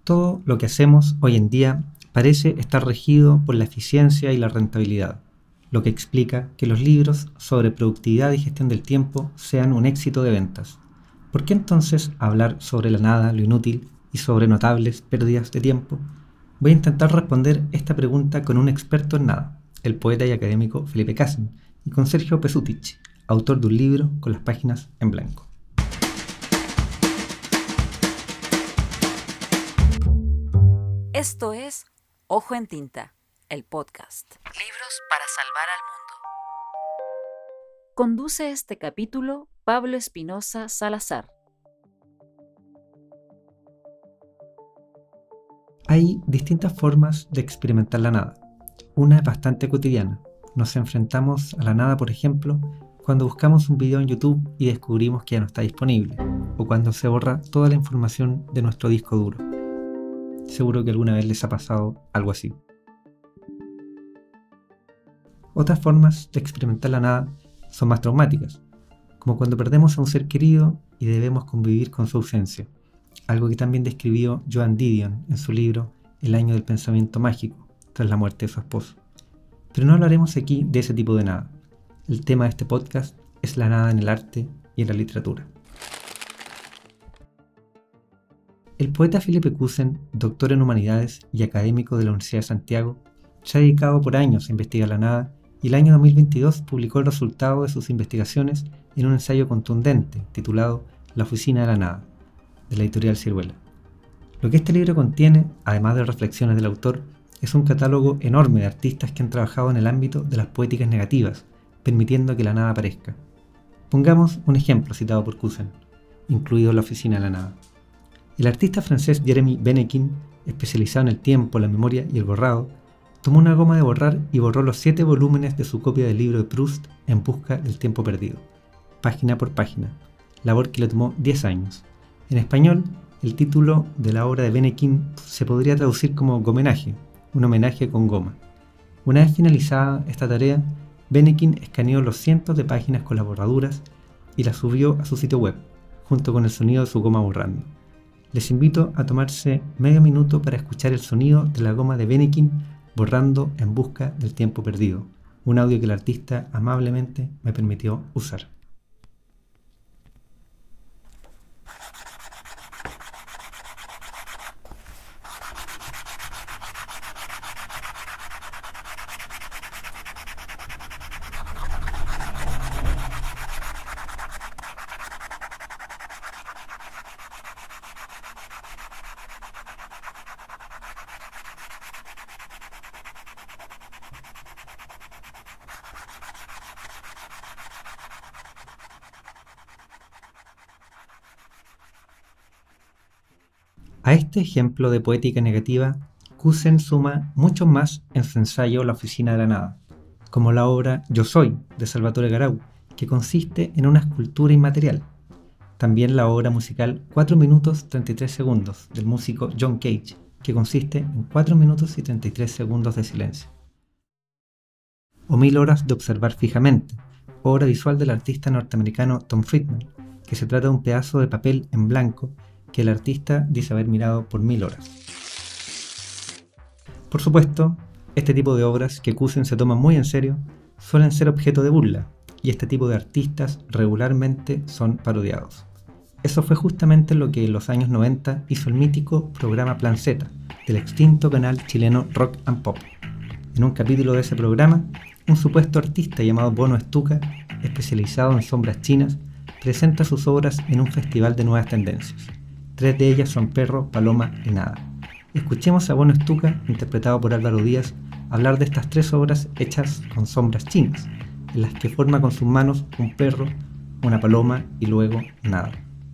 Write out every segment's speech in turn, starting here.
Todo lo que hacemos hoy en día parece estar regido por la eficiencia y la rentabilidad, lo que explica que los libros sobre productividad y gestión del tiempo sean un éxito de ventas. ¿Por qué entonces hablar sobre la nada, lo inútil y sobre notables pérdidas de tiempo? Voy a intentar responder esta pregunta con un experto en nada, el poeta y académico Felipe Casen, y con Sergio Pesutich, autor de un libro con las páginas en blanco. Esto es Ojo en Tinta, el podcast. Libros para salvar al mundo. Conduce este capítulo Pablo Espinosa Salazar. Hay distintas formas de experimentar la nada. Una es bastante cotidiana. Nos enfrentamos a la nada, por ejemplo, cuando buscamos un video en YouTube y descubrimos que ya no está disponible, o cuando se borra toda la información de nuestro disco duro. Seguro que alguna vez les ha pasado algo así. Otras formas de experimentar la nada son más traumáticas, como cuando perdemos a un ser querido y debemos convivir con su ausencia, algo que también describió Joan Didion en su libro El año del pensamiento mágico, tras la muerte de su esposo. Pero no hablaremos aquí de ese tipo de nada. El tema de este podcast es la nada en el arte y en la literatura. El poeta Felipe Cussen, doctor en humanidades y académico de la Universidad de Santiago, se ha dedicado por años a investigar la nada y el año 2022 publicó el resultado de sus investigaciones en un ensayo contundente titulado La oficina de la nada, de la editorial Siruela. Lo que este libro contiene, además de reflexiones del autor, es un catálogo enorme de artistas que han trabajado en el ámbito de las poéticas negativas, permitiendo que la nada aparezca. Pongamos un ejemplo citado por Cussen, incluido La oficina de la nada. El artista francés Jérémy Bennequin, especializado en el tiempo, la memoria y el borrado, tomó una goma de borrar y borró los 7 volúmenes de su copia del libro de Proust En busca del tiempo perdido, página por página, labor que le tomó 10 años. En español, el título de la obra de Bennequin se podría traducir como gomenaje, un homenaje con goma. Una vez finalizada esta tarea, Bennequin escaneó los cientos de páginas con las borraduras y las subió a su sitio web, junto con el sonido de su goma borrando. Les invito a tomarse medio minuto para escuchar el sonido de la goma de Bennequin borrando En busca del tiempo perdido, un audio que el artista amablemente me permitió usar. A este ejemplo de poética negativa, Cussen suma mucho más en su ensayo La oficina de la nada, como la obra Yo soy, de Salvatore Garau, que consiste en una escultura inmaterial. También la obra musical 4 minutos 33 segundos, del músico John Cage, que consiste en 4 minutos y 33 segundos de silencio. O 1000 horas de observar fijamente, obra visual del artista norteamericano Tom Friedman, que se trata de un pedazo de papel en blanco que el artista dice haber mirado por 1000 horas. Por supuesto, este tipo de obras que Cussen se toma muy en serio suelen ser objeto de burla, y este tipo de artistas regularmente son parodiados. Eso fue justamente lo que en los años 90 hizo el mítico programa Plan Z, del extinto canal chileno Rock and Pop. En un capítulo de ese programa, un supuesto artista llamado Bono Stuka, especializado en sombras chinas, presenta sus obras en un festival de nuevas tendencias. 3 de ellas son Perro, Paloma y Nada. Escuchemos a Bono Stuka, interpretado por Álvaro Díaz, hablar de estas 3 obras hechas con sombras chinas, en las que forma con sus manos un perro, una paloma y luego nada.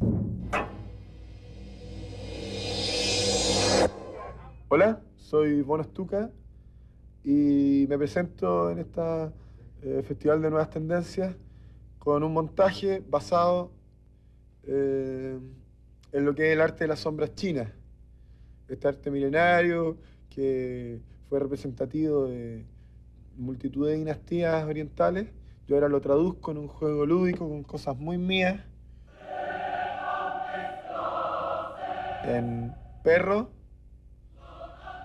Hola, soy Bono Stuka y me presento en este Festival de Nuevas Tendencias con un montaje basado en lo que es el arte de las sombras chinas. Este arte milenario que fue representativo de multitud de dinastías orientales. Yo ahora lo traduzco en un juego lúdico con cosas muy mías. En perro,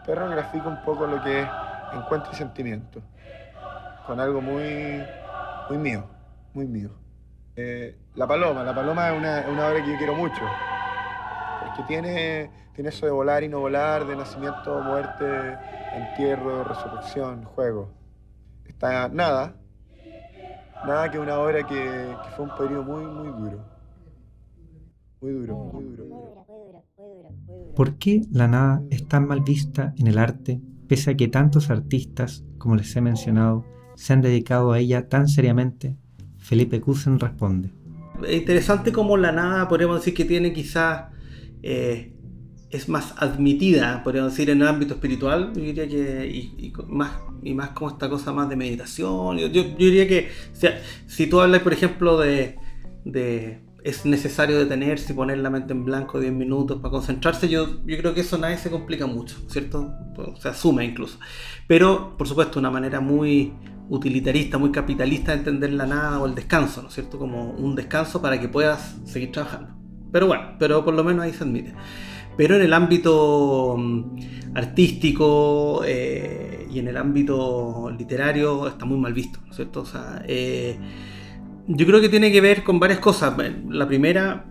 perro grafica un poco lo que es encuentro y sentimiento, con algo muy, muy mío, muy mío. La Paloma es una obra que yo quiero mucho, porque tiene eso de volar y no volar, de nacimiento, muerte, entierro, resurrección, juego. Está nada que una obra que fue un periodo muy, muy duro. Muy duro, muy duro, muy duro. ¿Por qué la nada es tan mal vista en el arte, pese a que tantos artistas, como les he mencionado, se han dedicado a ella tan seriamente? Felipe Cusen responde. Es interesante cómo la nada, podríamos decir que tiene quizás, es más admitida, podríamos decir, en el ámbito espiritual, yo diría que, y más como esta cosa más de meditación. Yo diría que, o sea, si tú hablas, por ejemplo, de es necesario detenerse y poner la mente en blanco 10 minutos para concentrarse, yo creo que eso nadie se complica mucho, ¿cierto? Se asume incluso. Pero, por supuesto, una manera muy utilitarista, muy capitalista de entender la nada o el descanso, ¿no es cierto? Como un descanso para que puedas seguir trabajando. Pero bueno, pero por lo menos ahí se admite. Pero en el ámbito artístico y en el ámbito literario está muy mal visto, ¿no es cierto? O sea, yo creo que tiene que ver con varias cosas. La primera,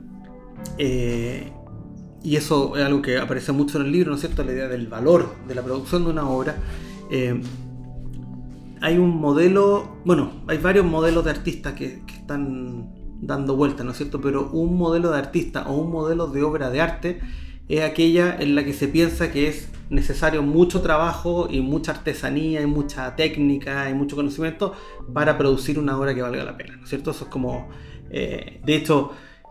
y eso es algo que aparece mucho en el libro, ¿no es cierto?, la idea del valor de la producción de una obra. Hay un modelo, bueno, hay varios modelos de artistas que están dando vueltas, ¿no es cierto?, pero un modelo de artista o un modelo de obra de arte es aquella en la que se piensa que es necesario mucho trabajo y mucha artesanía y mucha técnica y mucho conocimiento para producir una obra que valga la pena, ¿no es cierto? Eso es como, de hecho,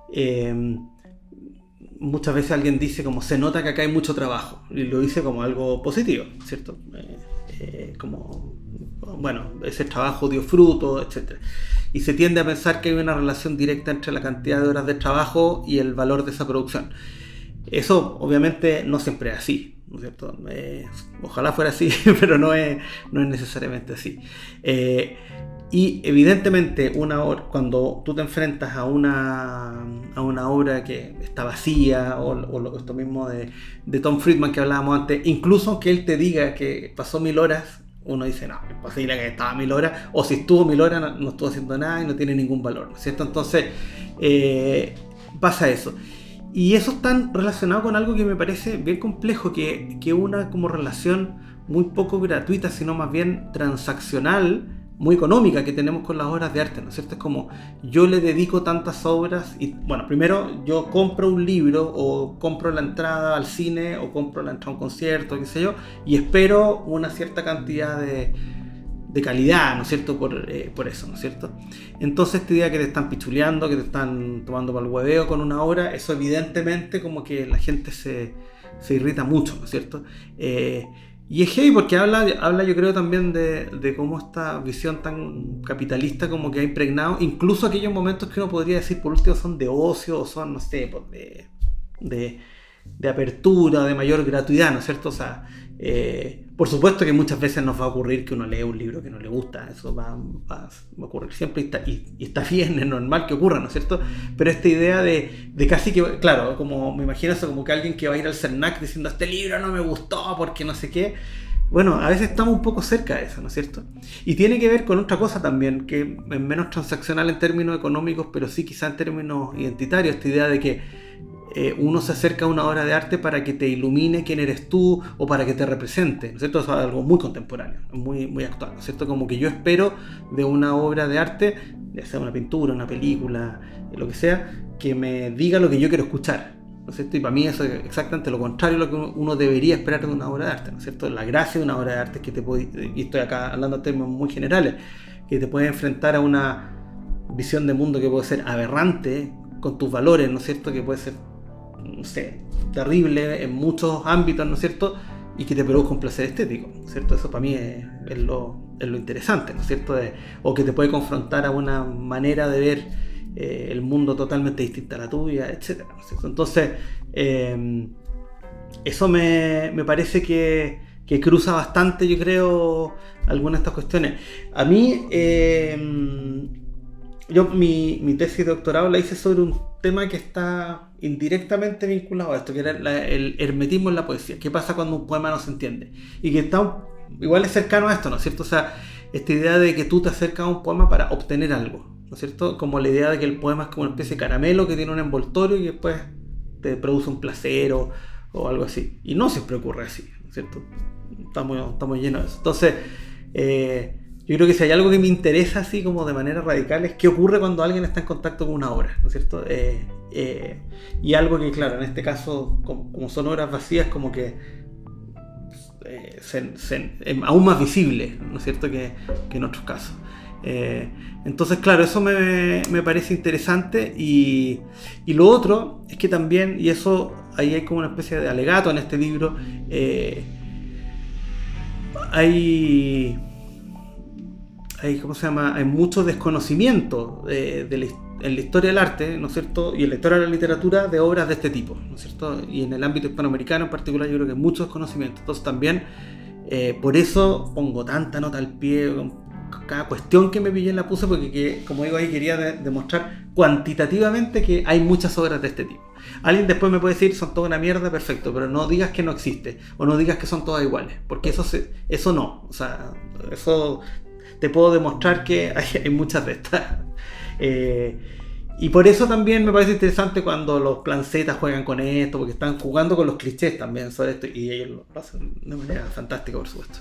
muchas veces alguien dice como se nota que acá hay mucho trabajo y lo dice como algo positivo, ¿cierto? Como, bueno, ese trabajo dio fruto, etc. Y se tiende a pensar que hay una relación directa entre la cantidad de horas de trabajo y el valor de esa producción. Eso obviamente no siempre es así, ¿no es cierto? Ojalá fuera así, pero no es necesariamente así. Y evidentemente cuando tú te enfrentas a una obra que está vacía, o esto mismo de Tom Friedman que hablábamos antes, incluso aunque él te diga que pasó 1000 horas, uno dice, no, es posible que estaba 1000 horas, o si estuvo 1000 horas no estuvo haciendo nada y no tiene ningún valor, ¿no es cierto? Entonces pasa eso. Y eso está relacionado con algo que me parece bien complejo, que una como relación muy poco gratuita, sino más bien transaccional, muy económica que tenemos con las obras de arte, ¿no es cierto? Es como, yo le dedico tantas obras y, bueno, primero yo compro un libro o compro la entrada al cine o compro la entrada a un concierto, qué sé yo, y espero una cierta cantidad de calidad, ¿no es cierto? Por eso, ¿no es cierto? Entonces esta idea que te están pichuleando, que te están tomando para el hueveo con una obra, eso evidentemente como que la gente se irrita mucho, ¿no es cierto? Y es heavy porque habla yo creo también de cómo esta visión tan capitalista como que ha impregnado incluso aquellos momentos que uno podría decir por último son de ocio o son, no sé, de apertura, de mayor gratuidad, ¿no es cierto? O sea, por supuesto que muchas veces nos va a ocurrir que uno lee un libro que no le gusta, eso va a ocurrir siempre y está bien, es normal que ocurra, ¿no es cierto? Pero esta idea de casi que, claro, como me imagino eso, como que alguien que va a ir al CERNAC diciendo este libro no me gustó porque no sé qué, bueno, a veces estamos un poco cerca de eso, ¿no es cierto? Y tiene que ver con otra cosa también, que es menos transaccional en términos económicos, pero sí quizá en términos identitarios, esta idea de que uno se acerca a una obra de arte para que te ilumine quién eres tú o para que te represente, ¿no es cierto? Eso es algo muy contemporáneo, muy, muy actual, ¿no es cierto? Como que yo espero de una obra de arte, ya sea una pintura, una película, lo que sea, que me diga lo que yo quiero escuchar, ¿no es cierto? Y para mí eso es exactamente lo contrario a lo que uno debería esperar de una obra de arte, ¿no es cierto? La gracia de una obra de arte es que te puede, y estoy acá hablando en términos muy generales, que te puede enfrentar a una visión de mundo que puede ser aberrante con tus valores, ¿no es cierto? Que puede ser, no sé, terrible en muchos ámbitos, ¿no es cierto? Y que te produzca un placer estético, ¿no es cierto? Eso para mí es lo interesante, ¿no es cierto? O que te puede confrontar a una manera de ver el mundo totalmente distinta a la tuya, etc., ¿no es cierto? Entonces, eso me parece que cruza bastante, yo creo, algunas de estas cuestiones. A mí, yo mi tesis de doctorado la hice sobre un tema que está indirectamente vinculado a esto, que era el hermetismo en la poesía. ¿Qué pasa cuando un poema no se entiende? Y que está igual es cercano a esto, ¿no es cierto? O sea, esta idea de que tú te acercas a un poema para obtener algo, ¿no es cierto? Como la idea de que el poema es como una especie de caramelo que tiene un envoltorio y después te produce un placer o algo así. Y no siempre ocurre así, ¿no es cierto? Estamos llenos de eso. Entonces, yo creo que si hay algo que me interesa así como de manera radical es qué ocurre cuando alguien está en contacto con una obra, ¿no es cierto? Y algo que, claro, en este caso, como son obras vacías, como que aún más visible, ¿no es cierto?, que en otros casos. Entonces, claro, eso me parece interesante. Y lo otro es que también, y eso ahí hay como una especie de alegato en este libro, hay ¿cómo se llama? Hay mucho desconocimiento en la historia del arte, ¿no es cierto?, y en la historia de la literatura de obras de este tipo, ¿no es cierto? Y en el ámbito hispanoamericano en particular yo creo que hay mucho desconocimiento. Entonces también por eso pongo tanta nota al pie, cada cuestión que me pillé la puse, porque como digo ahí quería demostrar cuantitativamente que hay muchas obras de este tipo. Alguien después me puede decir son toda una mierda, perfecto, pero no digas que no existe, o no digas que son todas iguales, porque eso no, o sea, eso te puedo demostrar que hay muchas de estas. Y por eso también me parece interesante cuando los plancetas juegan con esto, porque están jugando con los clichés también sobre esto, y ellos lo hacen de manera fantástica, por supuesto.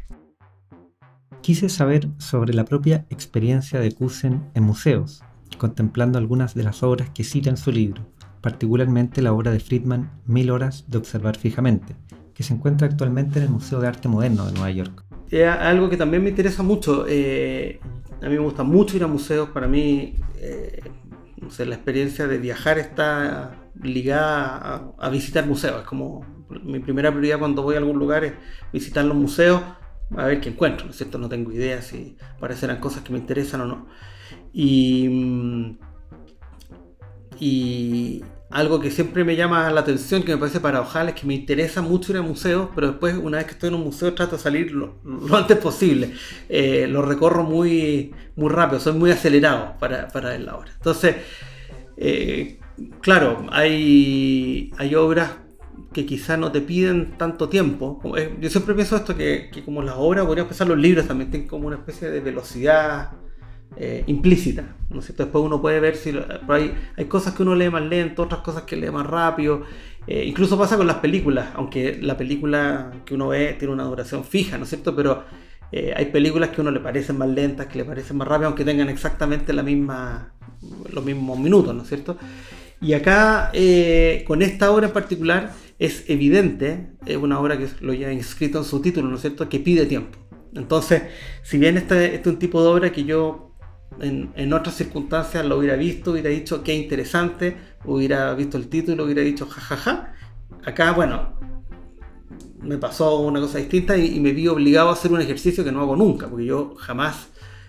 Quise saber sobre la propia experiencia de Cousin en museos, contemplando algunas de las obras que cita en su libro, particularmente la obra de Friedman, 1000 horas de observar fijamente, que se encuentra actualmente en el Museo de Arte Moderno de Nueva York. Es algo que también me interesa mucho. A mí me gusta mucho ir a museos. Para mí, no sé, la experiencia de viajar está ligada a visitar museos. Es como mi primera prioridad cuando voy a algún lugar es visitar los museos, a ver qué encuentro, ¿no es cierto? No tengo idea si parecerán cosas que me interesan o no. Y algo que siempre me llama la atención, que me parece paradojal, es que me interesa mucho ir a museos, pero después, una vez que estoy en un museo, trato de salir lo antes posible. Lo recorro muy, muy rápido, soy muy acelerado para ver la obra. Entonces, claro, hay obras que quizás no te piden tanto tiempo. Yo siempre pienso esto, que como las obras, podríamos pensar los libros también tienen como una especie de velocidad implícita, ¿no es cierto? Después uno puede ver si hay cosas que uno lee más lento, otras cosas que lee más rápido. Incluso pasa con las películas, aunque la película que uno ve tiene una duración fija, ¿no es cierto? Pero hay películas que a uno le parecen más lentas, que le parecen más rápidas, aunque tengan exactamente los mismos minutos, ¿no es cierto? Y acá, con esta obra en particular, es evidente, es una obra que lo lleva inscrito en su título, ¿no es cierto?, que pide tiempo. Entonces, si bien este es un tipo de obra que yo en otras circunstancias lo hubiera visto, hubiera dicho qué interesante, hubiera visto el título, hubiera dicho jajaja, acá, bueno, me pasó una cosa distinta y me vi obligado a hacer un ejercicio que no hago nunca, porque yo jamás,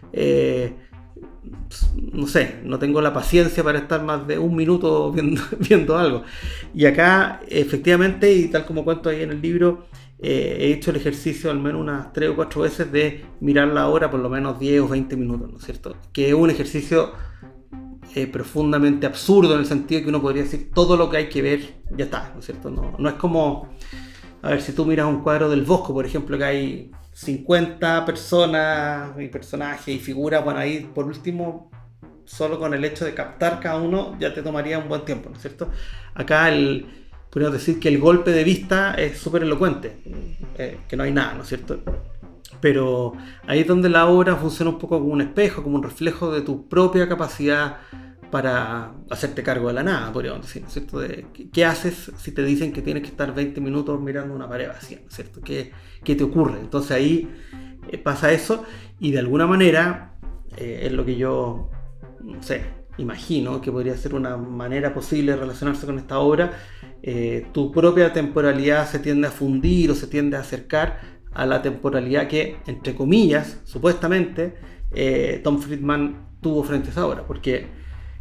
no sé, no tengo la paciencia para estar más de un minuto viendo algo. Y acá, efectivamente, y tal como cuento ahí en el libro, he hecho el ejercicio al menos unas 3 o 4 veces de mirar la hora por lo menos 10 o 20 minutos, ¿no es cierto? Que es un ejercicio profundamente absurdo, en el sentido que uno podría decir todo lo que hay que ver ya está, ¿no es cierto? No es como, a ver, si tú miras un cuadro del Bosco, por ejemplo, que hay 50 personas y personajes y figuras, bueno, ahí por último, solo con el hecho de captar cada uno ya te tomaría un buen tiempo, ¿no es cierto? Acá podríamos decir que el golpe de vista es súper elocuente, que no hay nada, ¿no es cierto? Pero ahí es donde la obra funciona un poco como un espejo, como un reflejo de tu propia capacidad para hacerte cargo de la nada, podríamos decir, ¿no es cierto? ¿Qué haces si te dicen que tienes que estar 20 minutos mirando una pared vacía, ¿no es cierto? ¿Qué te ocurre? Entonces ahí pasa eso, y de alguna manera es lo que yo, no sé, imagino que podría ser una manera posible de relacionarse con esta obra. Tu propia temporalidad se tiende a fundir o se tiende a acercar a la temporalidad que, entre comillas, supuestamente, Tom Friedman tuvo frente a esa obra, porque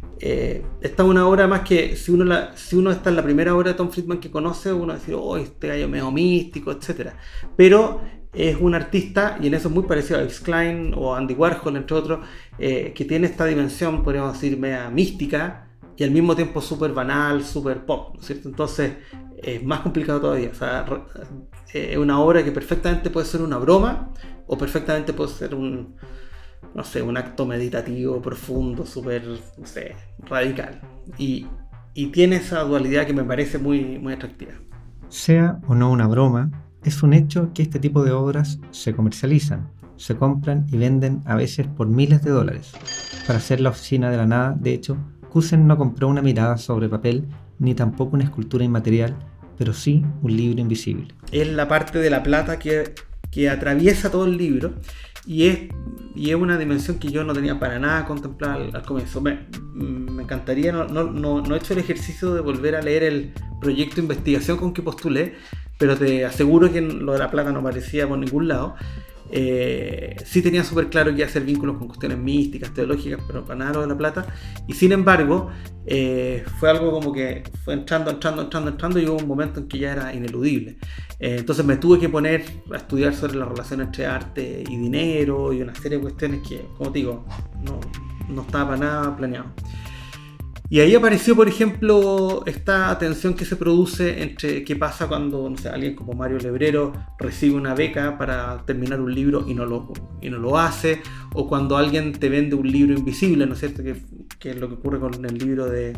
esta es una obra más que si uno está en la primera obra de Tom Friedman que conoce, uno va a decir, oh, este gallo medio místico, etc. Pero es un artista, y en eso es muy parecido a Yves Klein o Andy Warhol, entre otros, que tiene esta dimensión, podríamos decir, media mística y al mismo tiempo súper banal, súper pop, ¿no es cierto? Entonces es más complicado todavía. O sea, es una obra que perfectamente puede ser una broma o perfectamente puede ser un acto meditativo profundo, súper, no sé, radical. Y tiene esa dualidad que me parece muy, muy atractiva. Sea o no una broma, es un hecho que este tipo de obras se comercializan, se compran y venden a veces por miles de dólares. Para hacer La oficina de la nada, de hecho, Cousin no compró una mirada sobre papel ni tampoco una escultura inmaterial, pero sí un libro invisible. Es la parte de la plata que atraviesa todo el libro y es una dimensión que yo no tenía para nada contemplada al comienzo. Me encantaría, no he hecho el ejercicio de volver a leer el proyecto de investigación con que postulé, pero te aseguro que lo de la plata no aparecía por ningún lado. Sí tenía súper claro que iba a hacer vínculos con cuestiones místicas, teológicas, pero para nada lo de la plata. Y sin embargo, fue algo como que fue entrando y hubo un momento en que ya era ineludible. Entonces me tuve que poner a estudiar sobre la relación entre arte y dinero y una serie de cuestiones que, como te digo, no estaba para nada planeado. Y ahí apareció, por ejemplo, esta tensión que se produce entre qué pasa cuando, no sé, alguien como Mario Lebrero recibe una beca para terminar un libro y no lo hace, o cuando alguien te vende un libro invisible, ¿no es cierto? Que es lo que ocurre con el libro de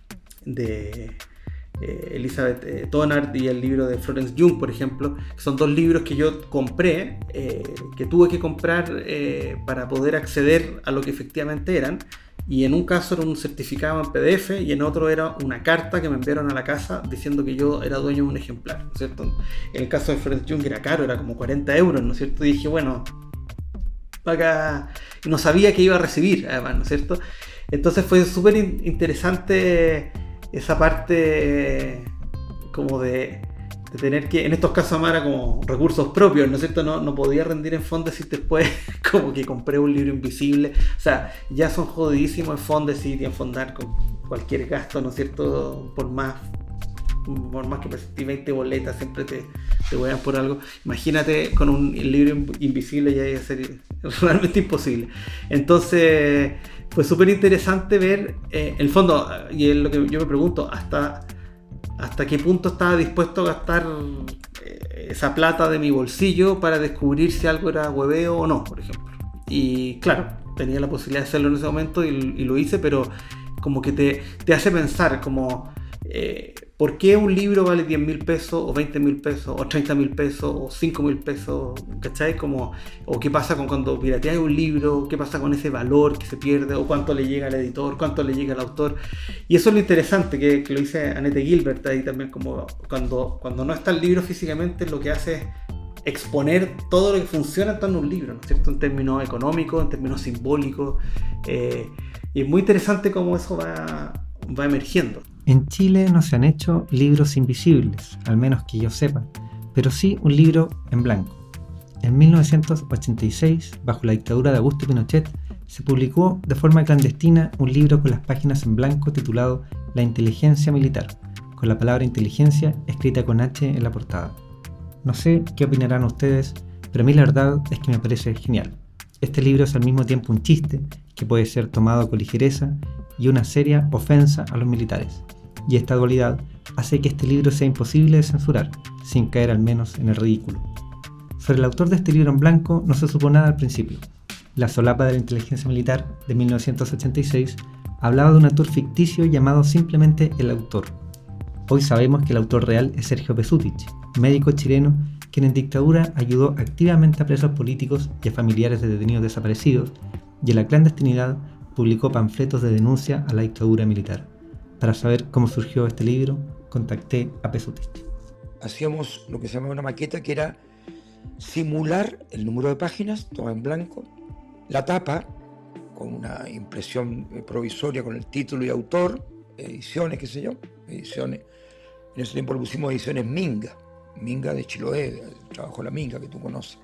Elizabeth Tonard y el libro de Florence Jung, por ejemplo. Son dos libros que yo compré, que tuve que comprar para poder acceder a lo que efectivamente eran. Y en un caso era un certificado en PDF y en otro era una carta que me enviaron a la casa diciendo que yo era dueño de un ejemplar, ¿no es cierto? En el caso de Florence Jung era caro, era como 40 euros, ¿no es cierto? Y dije, bueno, acá no sabía que iba a recibir, además, ¿no es cierto? Entonces fue súper interesante esa parte como de tener que, en estos casos amara como recursos propios, ¿no es cierto? No podía rendir en Fondesit después como que compré un libro invisible. O sea, ya son jodidísimos en Fondesit y en Fondar con cualquier gasto, ¿no es cierto? Por más que presentí 20 boletas, siempre te huevan por algo. Imagínate con un libro invisible, ya iba a ser realmente imposible. Entonces fue súper interesante ver el fondo, y es lo que yo me pregunto, hasta qué punto estaba dispuesto a gastar esa plata de mi bolsillo para descubrir si algo era hueveo o no, por ejemplo. Y claro, tenía la posibilidad de hacerlo en ese momento y lo hice, pero como que te hace pensar como ¿por qué un libro vale 10.000 pesos o 20.000 pesos o 30.000 pesos o 5.000 pesos? ¿Cachai? Como, o qué pasa cuando pirateas un libro, qué pasa con ese valor que se pierde, o cuánto le llega al editor, cuánto le llega al autor. Y eso es lo interesante, que lo dice Annette Gilbert ahí también, como cuando no está el libro físicamente, lo que hace es exponer todo lo que funciona en torno a un libro, ¿no es cierto? En términos económicos, en términos simbólicos, y es muy interesante cómo eso va emergiendo. En Chile no se han hecho libros invisibles, al menos que yo sepa, pero sí un libro en blanco. En 1986, bajo la dictadura de Augusto Pinochet, se publicó de forma clandestina un libro con las páginas en blanco titulado La inteligencia militar, con la palabra inteligencia escrita con H en la portada. No sé qué opinarán ustedes, pero a mí la verdad es que me parece genial. Este libro es al mismo tiempo un chiste, que puede ser tomado con ligereza, y una seria ofensa a los militares. Y esta dualidad hace que este libro sea imposible de censurar, sin caer al menos en el ridículo. Sobre el autor de este libro en blanco no se supo nada al principio. La solapa de la inteligencia militar, de 1986, hablaba de un autor ficticio llamado simplemente el autor. Hoy sabemos que el autor real es Sergio Pesutich, médico chileno quien en dictadura ayudó activamente a presos políticos y a familiares de detenidos desaparecidos, y en la clandestinidad publicó panfletos de denuncia a la dictadura militar. Para saber cómo surgió este libro, contacté a Pesutich. Hacíamos lo que se llama una maqueta, que era simular el número de páginas, todo en blanco, la tapa, con una impresión provisoria con el título y autor, ediciones, qué sé yo, ediciones. En ese tiempo le pusimos ediciones Minga de Chiloé, el trabajo de la Minga que tú conoces.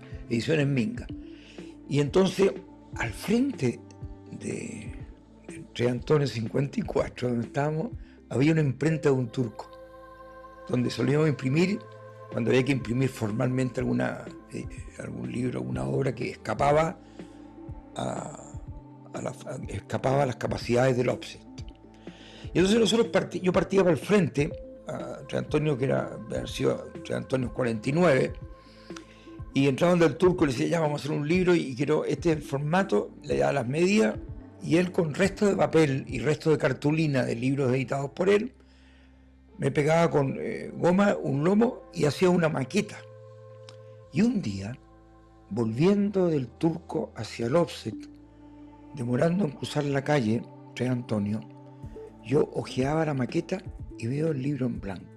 Ediciones Minga. Y entonces, al frente Rey Antonio 54, donde estábamos, había una imprenta de un turco, donde solíamos imprimir, cuando había que imprimir formalmente algún libro, alguna obra que escapaba a las capacidades del offset. Y entonces yo partía para el frente, a Rey Antonio, que había sido Rey Antonio 49, y entraba donde el turco, le decía, ya vamos a hacer un libro y quiero este es el formato, le daba las medidas, y él con resto de papel y resto de cartulina de libros editados por él, me pegaba con goma un lomo y hacía una maqueta. Y un día, volviendo del turco hacia el offset, demorando en cruzar la calle, Rey Antonio, yo hojeaba la maqueta y veo el libro en blanco.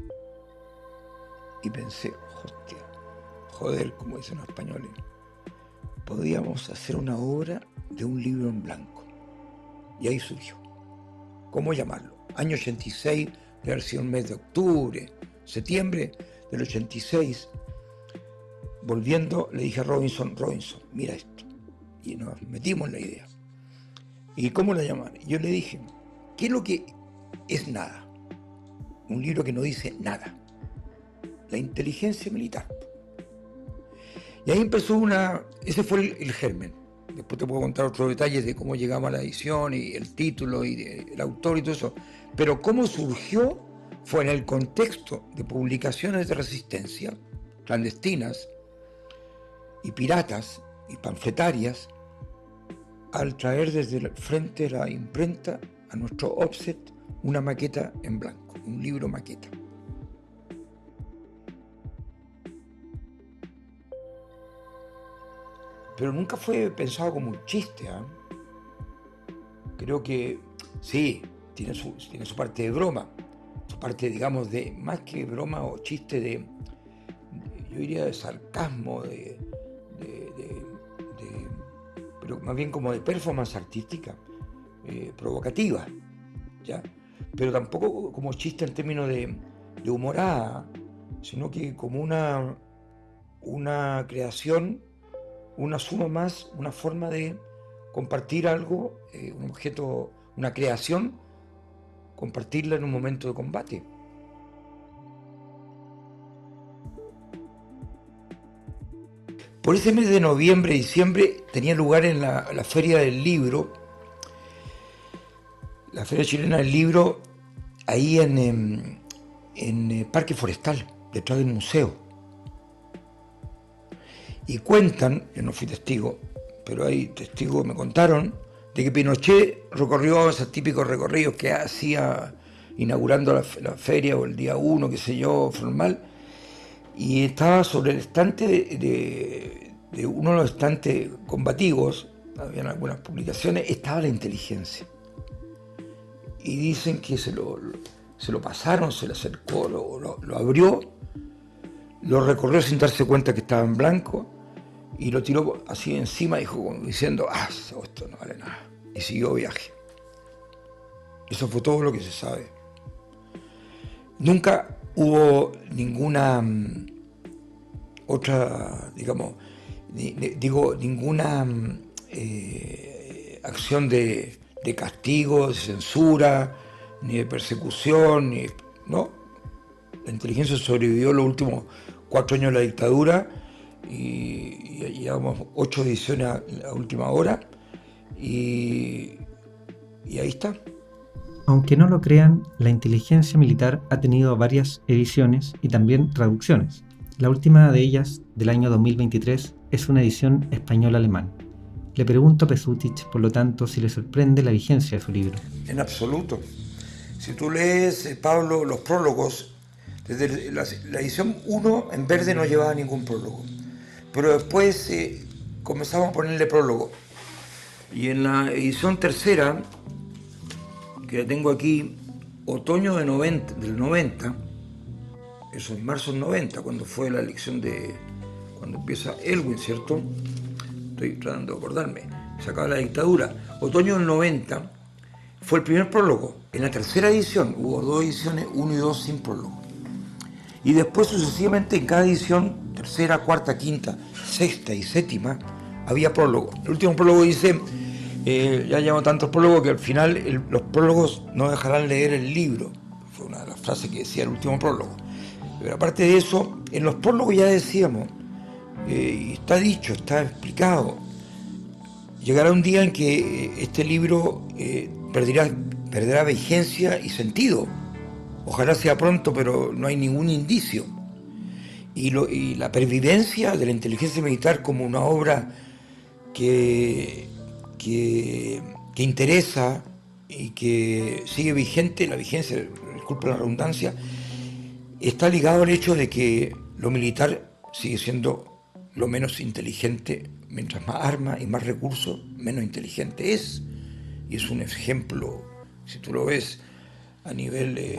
Y pensé, hostia, joder, como dicen los españoles, podíamos hacer una obra de un libro en blanco. Y ahí surgió. ¿Cómo llamarlo? Año 86, debe haber sido el mes de octubre, septiembre del 86. Volviendo, le dije a Robinson, mira esto. Y nos metimos en la idea. ¿Y cómo la llamar? Yo le dije, ¿qué es lo que es nada? Un libro que no dice nada. La inteligencia militar. Y ahí empezó ese fue el germen. Después te puedo contar otros detalles de cómo llegamos a la edición y el título y el autor y todo eso. Pero cómo surgió fue en el contexto de publicaciones de resistencia, clandestinas y piratas y panfletarias, al traer desde el frente de la imprenta a nuestro offset una maqueta en blanco, un libro maqueta. Pero nunca fue pensado como un chiste, ¿eh? Creo que sí, tiene su parte de broma, su parte, digamos, de más que broma o chiste yo diría de sarcasmo, pero más bien como de performance artística, provocativa, ¿ya? Pero tampoco como chiste en términos de humorada, sino que como una creación, una suma más, una forma de compartir algo, un objeto, una creación, compartirla en un momento de combate. Por ese mes de noviembre, diciembre, tenía lugar en la Feria del Libro, la Feria Chilena del Libro, ahí en Parque Forestal, detrás del museo. Y cuentan, yo no fui testigo, pero hay testigos que me contaron, de que Pinochet recorrió esos típicos recorridos que hacía inaugurando la feria o el día 1, qué sé yo, formal, y estaba sobre el estante de uno de los estantes combativos, habían algunas publicaciones, estaba la inteligencia. Y dicen que se lo pasaron, se le acercó, lo abrió, lo recorrió sin darse cuenta que estaba en blanco y lo tiró así encima, dijo, como diciendo, esto no vale nada. Y siguió viaje. Eso fue todo lo que se sabe. Nunca hubo ninguna otra, digamos, ninguna acción de castigo, de censura, ni de persecución, no. La inteligencia sobrevivió los últimos 4 años de la dictadura y llevamos 8 ediciones a la última hora y ahí está. Aunque no lo crean, la inteligencia militar ha tenido varias ediciones y también traducciones. La última de ellas, del año 2023, es una edición español-alemán. Le pregunto a Pesutich, por lo tanto, si le sorprende la vigencia de su libro. En absoluto. Si tú lees, Pablo, los prólogos, desde la edición 1 en verde no llevaba ningún prólogo. Pero después comenzamos a ponerle prólogo. Y en la edición tercera, que la tengo aquí, otoño del 90, eso es marzo del 90, cuando fue la elección cuando empieza Elwin, ¿cierto? Estoy tratando de acordarme, se acaba la dictadura. Otoño del 90 fue el primer prólogo. En la tercera edición hubo 2 ediciones, 1 y 2 sin prólogo. Y después sucesivamente en cada edición, tercera, cuarta, quinta, sexta y séptima, había prólogo. El último prólogo dice, Ya llevo tantos prólogos que al final los prólogos no dejarán leer el libro. Fue una de las frases que decía el último prólogo. Pero aparte de eso, en los prólogos ya decíamos, y está dicho, está explicado, llegará un día en que este libro perderá vigencia y sentido. Ojalá sea pronto, pero no hay ningún indicio. Y la pervivencia de la inteligencia militar como una obra que interesa y que sigue vigente, la vigencia, disculpe la redundancia, está ligado al hecho de que lo militar sigue siendo lo menos inteligente. Mientras más armas y más recursos, menos inteligente es. Y es un ejemplo, si tú lo ves a nivel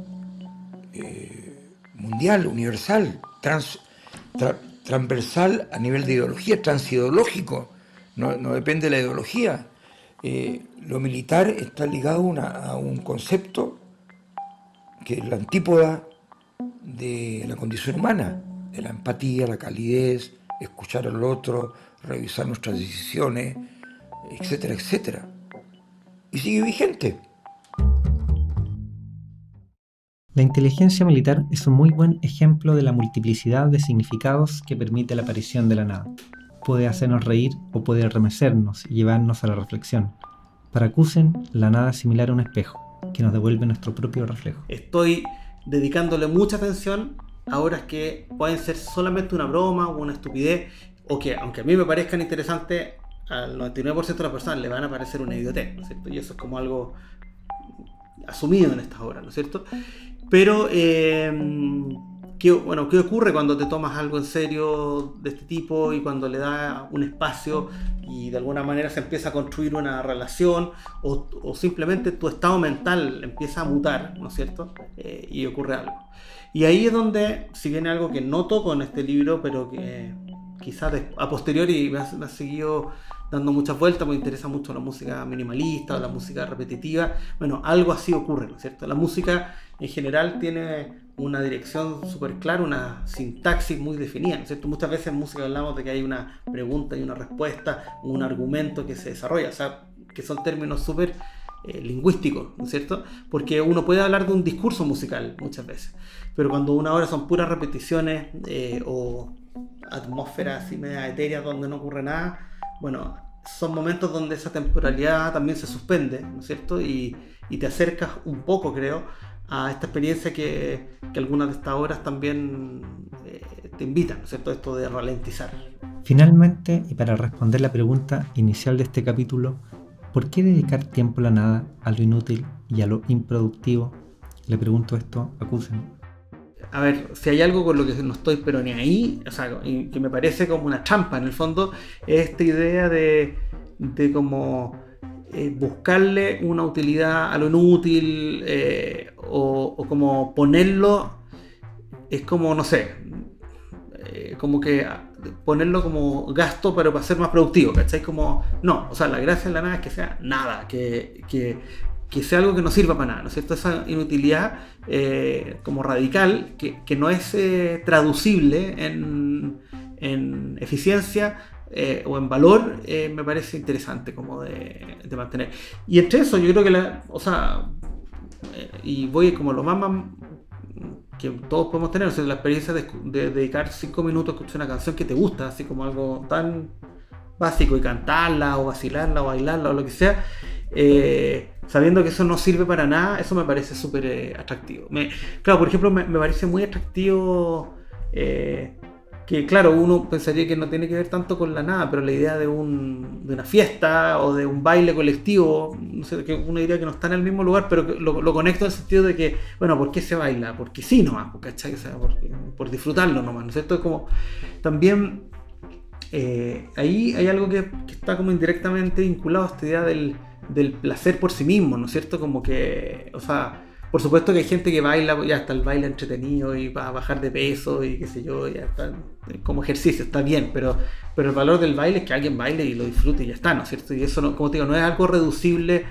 mundial, universal, transversal a nivel de ideología, transideológico, no depende de la ideología. Lo militar está ligado a un concepto que es la antípoda de la condición humana, de la empatía, la calidez, escuchar al otro, revisar nuestras decisiones, etcétera, etcétera. Y sigue vigente. La inteligencia militar es un muy buen ejemplo de la multiplicidad de significados que permite la aparición de la nada. Puede hacernos reír o puede arremecernos y llevarnos a la reflexión. Para Cousin, la nada es similar a un espejo, que nos devuelve nuestro propio reflejo. Estoy dedicándole mucha atención a obras que pueden ser solamente una broma o una estupidez, o que, aunque a mí me parezcan interesantes, al 99% de las personas le van a parecer una idiotez, ¿no es cierto? Y eso es como algo asumido en estas obras, ¿no es cierto? Pero, ¿qué ocurre cuando te tomas algo en serio de este tipo y cuando le das un espacio y de alguna manera se empieza a construir una relación o simplemente tu estado mental empieza a mutar, ¿no es cierto? Y ocurre algo. Y ahí es donde, si viene algo que no toco en este libro, pero que quizás a posteriori me ha seguido dando muchas vueltas, me interesa mucho la música minimalista o la música repetitiva. Bueno, algo así ocurre, ¿no es cierto? La música en general tiene una dirección súper clara, una sintaxis muy definida, ¿no es cierto? Muchas veces en música hablamos de que hay una pregunta y una respuesta, un argumento que se desarrolla, o sea, que son términos súper lingüísticos, ¿no es cierto? Porque uno puede hablar de un discurso musical muchas veces, pero cuando una obra son puras repeticiones o atmósferas así media etéreas donde no ocurre nada, bueno, son momentos donde esa temporalidad también se suspende, ¿no es cierto? Y te acercas un poco, creo, a esta experiencia que algunas de estas obras también te invitan, ¿no es cierto? Esto de ralentizar. Finalmente, y para responder la pregunta inicial de este capítulo, ¿por qué dedicar tiempo a la nada, a lo inútil y a lo improductivo? Le pregunto esto a Cousin. A ver, si hay algo con lo que no estoy pero ni ahí, o sea, que me parece como una trampa en el fondo, es esta idea de como buscarle una utilidad a lo inútil o como ponerlo, es como, no sé, como que ponerlo como gasto pero para ser más productivo, ¿cachai? Como, no, o sea, la gracia de la nada es que sea nada, que sea algo que no sirva para nada, ¿no es cierto? Esa inutilidad como radical que no es traducible en eficiencia o en valor, me parece interesante como de mantener. Y entre eso yo creo que y voy como lo más que todos podemos tener, o sea, la experiencia de dedicar 5 minutos a escuchar una canción que te gusta, así como algo tan básico, y cantarla o vacilarla o bailarla o lo que sea, sabiendo que eso no sirve para nada, eso me parece súper atractivo. Claro, por ejemplo, me parece muy atractivo que, claro, uno pensaría que no tiene que ver tanto con la nada, pero la idea de una fiesta o de un baile colectivo, no sé, que uno diría que no está en el mismo lugar, pero que lo conecto en el sentido de que, bueno, ¿por qué se baila? Porque sí nomás, ¿cachai? O sea, por disfrutarlo nomás, ¿no es cierto? Es como también ahí hay algo que está como indirectamente vinculado a esta idea del placer por sí mismo, ¿no es cierto? Como que, o sea, por supuesto que hay gente que baila, ya está el baile entretenido y para bajar de peso y qué sé yo, ya está como ejercicio, está bien, pero el valor del baile es que alguien baile y lo disfrute y ya está, ¿no es cierto? Y eso, no, como te digo, no es algo reducible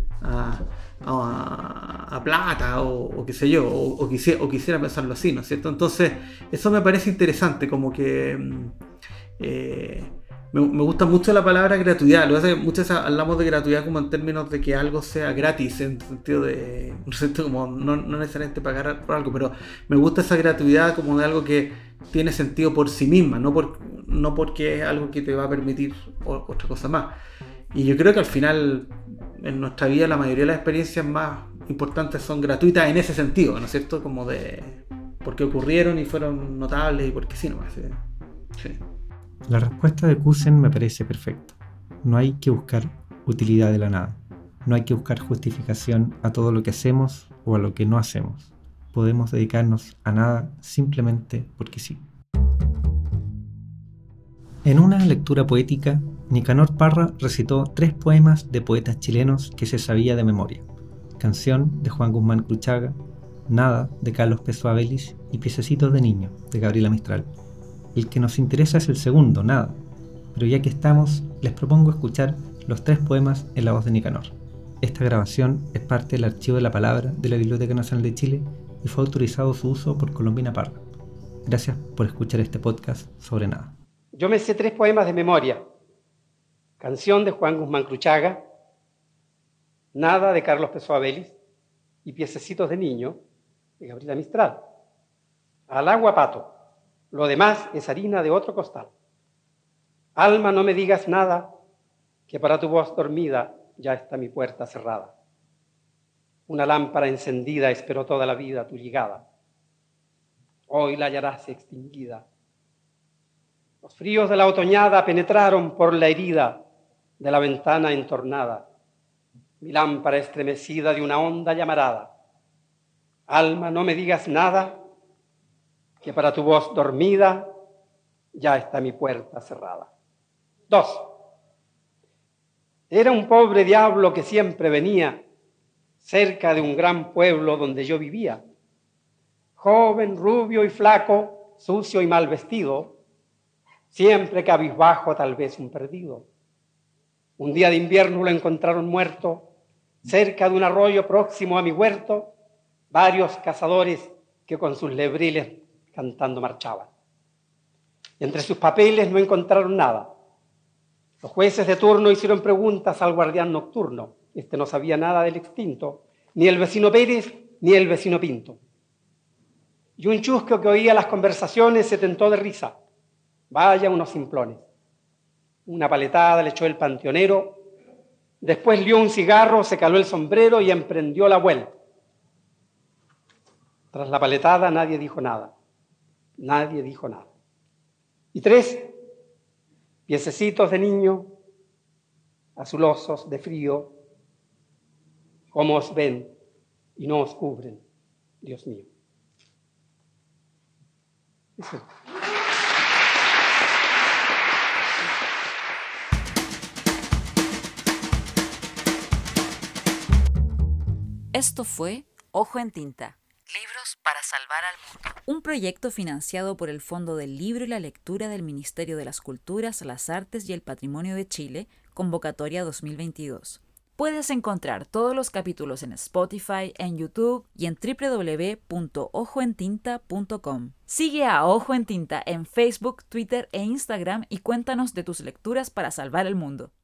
a plata o qué sé yo, o quisiera pensarlo así, ¿no es cierto? Entonces, eso me parece interesante, como que me gusta mucho la palabra gratuidad. Lo que pasa es que muchas veces hablamos de gratuidad como en términos de que algo sea gratis, en el sentido de, como no necesariamente pagar por algo, pero me gusta esa gratuidad como de algo que tiene sentido por sí misma, no porque es algo que te va a permitir otra cosa más. Y yo creo que al final, en nuestra vida, la mayoría de las experiencias más importantes son gratuitas en ese sentido, ¿no es cierto? Como de porque ocurrieron y fueron notables y porque sí nomás. Sí. La respuesta de Kusen me parece perfecta. No hay que buscar utilidad de la nada. No hay que buscar justificación a todo lo que hacemos o a lo que no hacemos. Podemos dedicarnos a nada simplemente porque sí. En una lectura poética, Nicanor Parra recitó 3 poemas de poetas chilenos que se sabía de memoria. Canción, de Juan Guzmán Cruchaga, Nada, de Carlos Pessoa Vélez, y Piececitos de niño, de Gabriela Mistral. El que nos interesa es el segundo, Nada, pero ya que estamos, les propongo escuchar los 3 poemas en la voz de Nicanor. Esta grabación es parte del Archivo de la Palabra de la Biblioteca Nacional de Chile y fue autorizado su uso por Colombina Parra. Gracias por escuchar este podcast sobre Nada. Yo me sé 3 poemas de memoria. Canción, de Juan Guzmán Cruchaga, Nada, de Carlos Pessoa Vélez, y Piececitos de niño, de Gabriela Mistral. Al agua pato, lo demás es harina de otro costal. Alma, no me digas nada, que para tu voz dormida ya está mi puerta cerrada. Una lámpara encendida esperó toda la vida tu llegada. Hoy la hallarás extinguida. Los fríos de la otoñada penetraron por la herida de la ventana entornada. Mi lámpara estremecida de una honda llamarada. Alma, no me digas nada, que para tu voz dormida ya está mi puerta cerrada. 2. Era un pobre diablo que siempre venía cerca de un gran pueblo donde yo vivía. Joven, rubio y flaco, sucio y mal vestido, siempre cabizbajo, tal vez un perdido. Un día de invierno lo encontraron muerto cerca de un arroyo próximo a mi huerto, varios cazadores que con sus lebriles cantando marchaban. Entre sus papeles no encontraron nada. Los jueces de turno hicieron preguntas al guardián nocturno. Este no sabía nada del extinto, ni el vecino Pérez, ni el vecino Pinto. Y un chusco que oía las conversaciones se tentó de risa. Vaya unos simplones. Una paletada le echó el panteonero, después lió un cigarro, se caló el sombrero y emprendió la vuelta. Tras la paletada nadie dijo nada. Nadie dijo nada. Y 3, piececitos de niño, azulosos de frío, cómo os ven y no os cubren, Dios mío. Eso. Esto fue Ojo en Tinta. Libros para salvar al mundo. Un proyecto financiado por el Fondo del Libro y la Lectura del Ministerio de las Culturas, las Artes y el Patrimonio de Chile, convocatoria 2022. Puedes encontrar todos los capítulos en Spotify, en YouTube y en www.ojoentinta.com. Sigue a Ojo en Tinta en Facebook, Twitter e Instagram y cuéntanos de tus lecturas para salvar el mundo.